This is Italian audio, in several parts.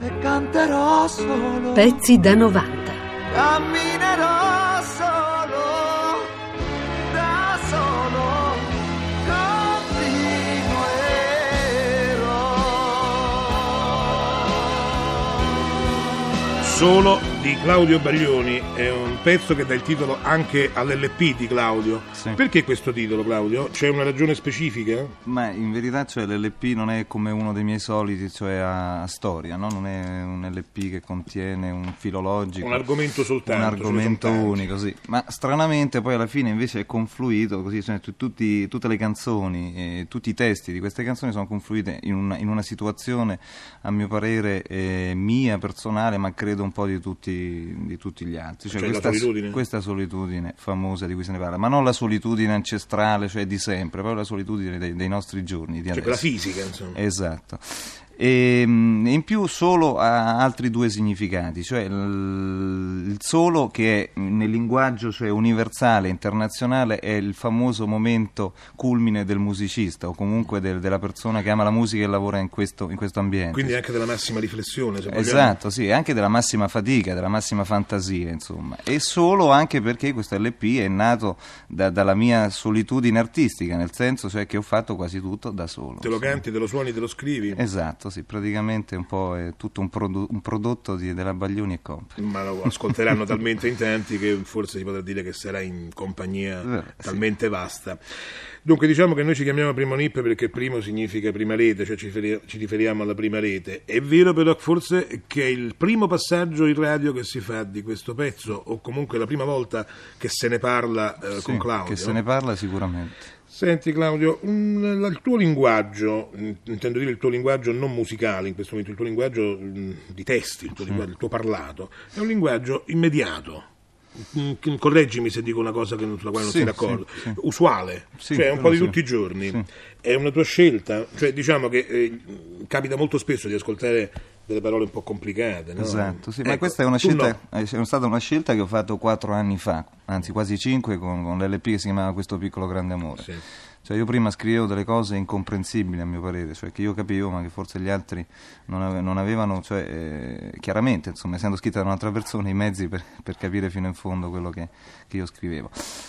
e canterò solo. Pezzi da 90. Camminerò solo, da solo, continuerò. Solo di Claudio Baglioni è un pezzo che dà il titolo anche all'LP di Claudio. Sì. Perché questo titolo, Claudio? C'è una ragione specifica? Ma in verità, cioè, l'LP non è come uno dei miei soliti, cioè a storia, no? Non è un LP che contiene un filologico, Un argomento soltanto. un argomento unico, sì. Ma stranamente poi alla fine invece è confluito così, cioè, tutte le canzoni, tutti i testi di queste canzoni sono confluite in una situazione, a mio parere, mia, personale, ma credo un po' di tutti gli altri. Cioè questa solitudine famosa di cui se ne parla, ma non la solitudine ancestrale, cioè di sempre, proprio la solitudine dei nostri giorni, di Cioè adesso. quella fisica, insomma. Esatto. E in più solo ha altri due significati, cioè il solo, che è nel linguaggio, cioè universale, internazionale, è il famoso momento culmine del musicista o comunque della persona che ama la musica e lavora in questo ambiente. Quindi anche della massima riflessione, se vogliamo. Esatto, sì, anche della massima fatica, della massima fantasia, insomma. E solo anche perché questo LP è nato dalla mia solitudine artistica, nel senso, cioè, che ho fatto quasi tutto da solo. Te lo canti, te lo suoni, te lo scrivi? Esatto, sì, praticamente un po' è tutto un prodotto della Baglioni e Company. Ma lo ascolteranno talmente in tanti che forse si potrà dire che sarà in compagnia talmente vasta. Dunque diciamo che noi ci chiamiamo Primo Nip perché primo significa prima rete, cioè ci riferiamo alla prima rete. È vero però forse che è il primo passaggio in radio che si fa di questo pezzo, o comunque la prima volta che se ne parla con Claudio. Che se ne parla sicuramente. Senti Claudio, il tuo linguaggio, intendo dire il tuo linguaggio non musicale in questo momento, il tuo linguaggio di testi, il tuo parlato, è un linguaggio immediato. Correggimi se dico una cosa sulla quale non sei d'accordo. Sì. Usuale, cioè un po' di tutti i giorni. Sì. È una tua scelta, cioè diciamo che capita molto spesso di ascoltare delle parole un po' complicate, no? Esatto, sì, ecco, ma questa è una scelta, è stata una scelta che ho fatto 4 anni fa, anzi quasi 5, con l'LP che si chiamava Questo piccolo grande amore. Sì. Cioè io prima scrivevo delle cose incomprensibili a mio parere, cioè che io capivo ma che forse gli altri non avevano, cioè chiaramente, insomma, essendo scritta da un'altra persona, i mezzi per capire fino in fondo quello che io scrivevo.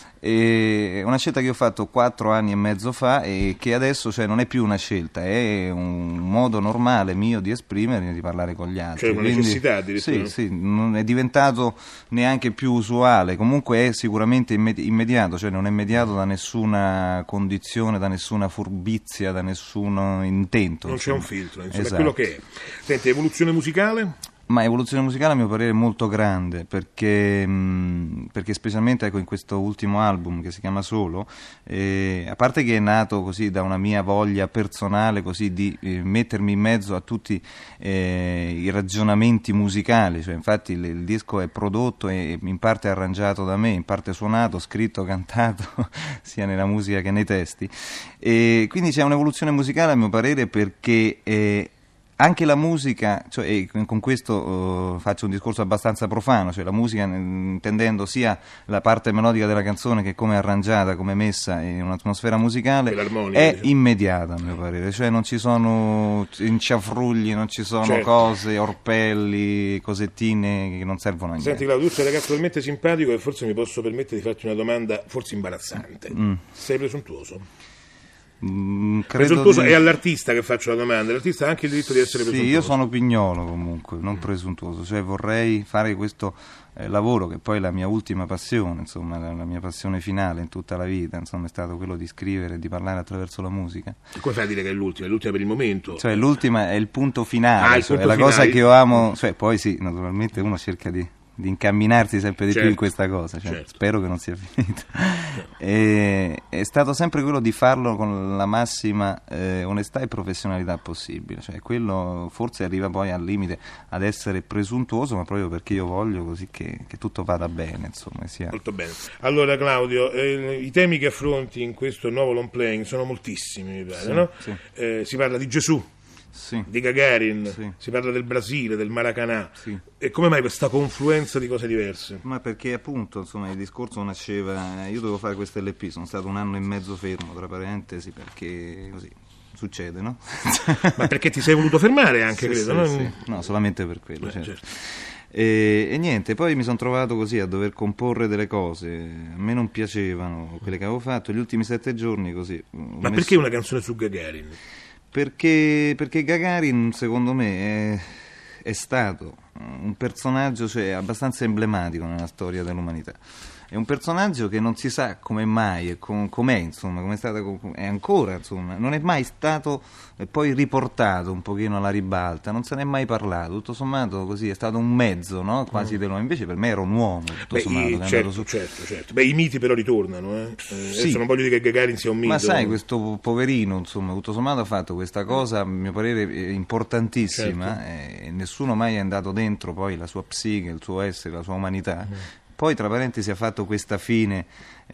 È una scelta che ho fatto 4 anni e mezzo fa e che adesso, cioè, non è più una scelta, è un modo normale mio di esprimermi, di parlare con gli altri. Cioè una necessità addirittura. Sì, non è diventato neanche più usuale, comunque è sicuramente immediato, cioè non è mediato da nessuna condizione, da nessuna furbizia, da nessun intento. Non insomma. C'è un filtro, insomma, Esatto. È quello che è. Senti, evoluzione musicale? Ma evoluzione musicale a mio parere è molto grande perché specialmente in questo ultimo album che si chiama Solo, a parte che è nato così da una mia voglia personale così di mettermi in mezzo a tutti i ragionamenti musicali, cioè infatti il disco è prodotto e in parte arrangiato da me, in parte suonato, scritto, cantato sia nella musica che nei testi, e quindi c'è un'evoluzione musicale a mio parere perché anche la musica, cioè, con questo faccio un discorso abbastanza profano, cioè la musica intendendo sia la parte melodica della canzone che come arrangiata, come messa in un'atmosfera musicale, è immediata a mio parere, cioè non ci sono inciafrugli, non ci sono cose, orpelli, cosettine che non servono a niente. Senti Claudio, tu sei un ragazzo talmente simpatico che forse mi posso permettere di farti una domanda forse imbarazzante. Sei presuntuoso? Presuntuoso è all'artista che faccio la domanda, l'artista ha anche il diritto di essere presuntuoso. Sì, io sono pignolo comunque, non presuntuoso, cioè vorrei fare questo lavoro che poi è la mia ultima passione, insomma la mia passione finale in tutta la vita, insomma è stato quello di scrivere e di parlare attraverso la musica. E come fai a dire che è l'ultima? È l'ultima per il momento? Cioè l'ultima è il punto finale, il punto è la finale. cosa che io amo, cioè poi sì, naturalmente uno cerca di incamminarsi sempre di più in questa cosa, cioè, spero che non sia finita. È stato sempre quello di farlo con la massima onestà e professionalità possibile, cioè quello forse arriva poi al limite ad essere presuntuoso, ma proprio perché io voglio così che tutto vada bene, insomma, sia molto bene. Allora Claudio, i temi che affronti in questo nuovo long playing sono moltissimi, mi pare, no? Sì. Si parla di Gesù, di Gagarin, si parla del Brasile, del Maracanã, e come mai questa confluenza di cose diverse? Ma perché appunto, insomma, il discorso nasceva, io dovevo fare questo LP, sono stato 1 anno e mezzo fermo, tra parentesi, perché così succede, no? Ma perché ti sei voluto fermare anche, Sì, credo, sì, no? sì. No, solamente per quello, certo. Certo. E niente, poi mi sono trovato così a dover comporre delle cose, a me non piacevano quelle che avevo fatto, gli ultimi 7 giorni così. Ma perché una canzone su Gagarin? Perché Gagarin, secondo me, è stato un personaggio, cioè, abbastanza emblematico nella storia dell'umanità. È un personaggio che non si sa come mai e com'è, insomma, come è stato, è ancora, insomma, non è mai stato poi riportato un pochino alla ribalta, non se ne è mai parlato, tutto sommato così, è stato un mezzo, no? Quasi dell'uomo, invece per me era un uomo, tutto sommato. Che è Certo, andato su... certo. Beh, i miti però ritornano, Sì. Adesso non voglio dire che Gagarin sia un mito. Ma sai, questo poverino, insomma, tutto sommato ha fatto questa cosa, a mio parere, importantissima, Certo. e nessuno mai è andato dentro poi la sua psiche, il suo essere, la sua umanità. Poi, tra parentesi, ha fatto questa fine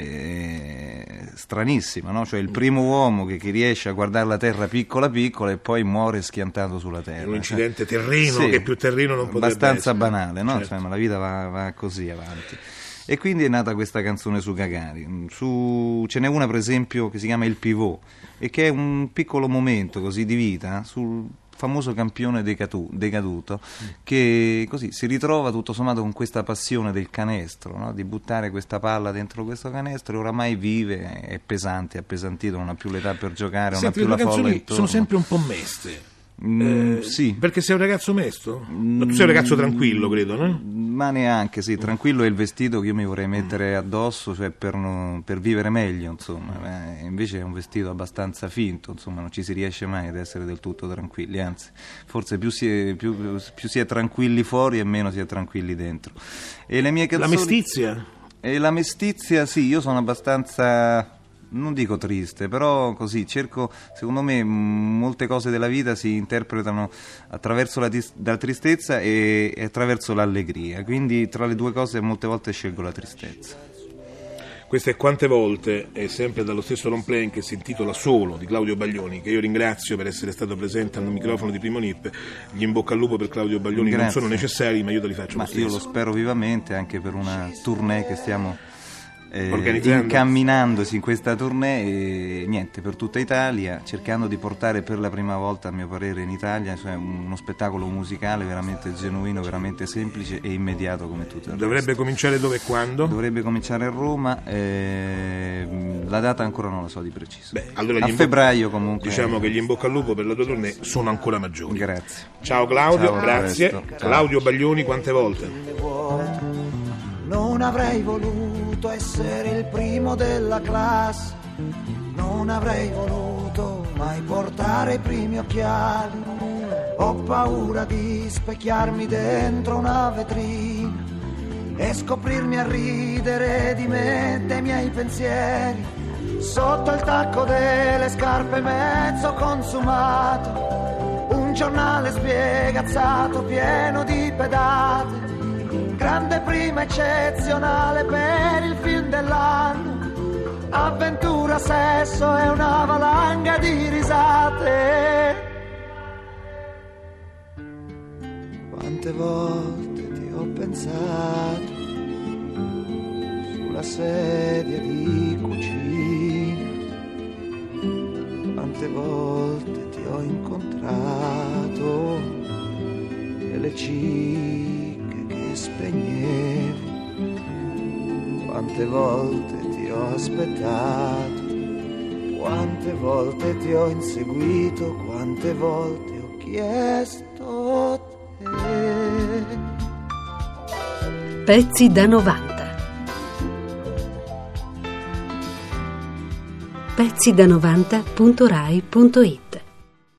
stranissima, no? Cioè il primo uomo che riesce a guardare la Terra piccola piccola e poi muore schiantato sulla Terra. È un incidente terreno, Sì, che più terreno non potrebbe abbastanza essere. banale, no? Certo. Cioè, ma la vita va così avanti. E quindi è nata questa canzone su Gagarin. Ce n'è una, per esempio, che si chiama Il Pivot, e che è un piccolo momento così di vita sul famoso campione decaduto, che così si ritrova tutto sommato con questa passione del canestro, no? Di buttare questa palla dentro questo canestro, e oramai vive, è pesante, è appesantito, non ha più l'età per giocare, non ha Senti, più le la folla canzoni intorno. sono sempre un po' meste. Sì. Perché sei un ragazzo mesto? Ma tu sei un ragazzo tranquillo, credo, no? Ma neanche, sì, tranquillo è il vestito che io mi vorrei mettere addosso, cioè per vivere meglio, insomma. Invece è un vestito abbastanza finto, insomma, non ci si riesce mai ad essere del tutto tranquilli, anzi, forse più si è tranquilli fuori e meno si è tranquilli dentro. E le mie canzoni... La mestizia? E la mestizia, sì, io sono abbastanza... non dico triste, però così cerco, secondo me molte cose della vita si interpretano attraverso la tristezza e attraverso l'allegria, quindi tra le due cose molte volte scelgo la tristezza. Questa è Quante volte, è sempre dallo stesso long playing che si intitola Solo, di Claudio Baglioni, che io ringrazio per essere stato presente al microfono di Primo Nip. Gli in bocca al lupo per Claudio Baglioni. Grazie. Non sono necessari, ma io te li faccio Ma lo stesso. io lo spero vivamente, anche per una tournée che stiamo organizzando, incamminandosi in questa tournée, e niente, per tutta Italia, cercando di portare per la prima volta, a mio parere, in Italia, cioè uno spettacolo musicale veramente genuino, veramente semplice e immediato come tutto il Dovrebbe resto. cominciare dove e quando? Dovrebbe cominciare a Roma, la data ancora non la so di preciso. Beh, allora a febbraio comunque. Diciamo che gli in bocca al lupo per la tua tournée sono ancora maggiori. Grazie. Ciao Claudio, Ciao, a grazie. presto. Ciao. Claudio Baglioni, Quante volte? Non avrei voluto essere il primo della classe, non avrei voluto mai portare i primi occhiali. Ho paura di specchiarmi dentro una vetrina e scoprirmi a ridere di me, dei miei pensieri, sotto il tacco delle scarpe mezzo consumato, un giornale spiegazzato pieno di pedate. Grande prima eccezionale per il film dell'anno, avventura, sesso e una valanga di risate. Quante volte ti ho pensato sulla sedia di cucina, quante volte ti ho incontrato nelle ciglia che spegnevo, quante volte ti ho aspettato, quante volte ti ho inseguito, quante volte ho chiesto te. Pezzi da 90. Pezzi da 90.rai.it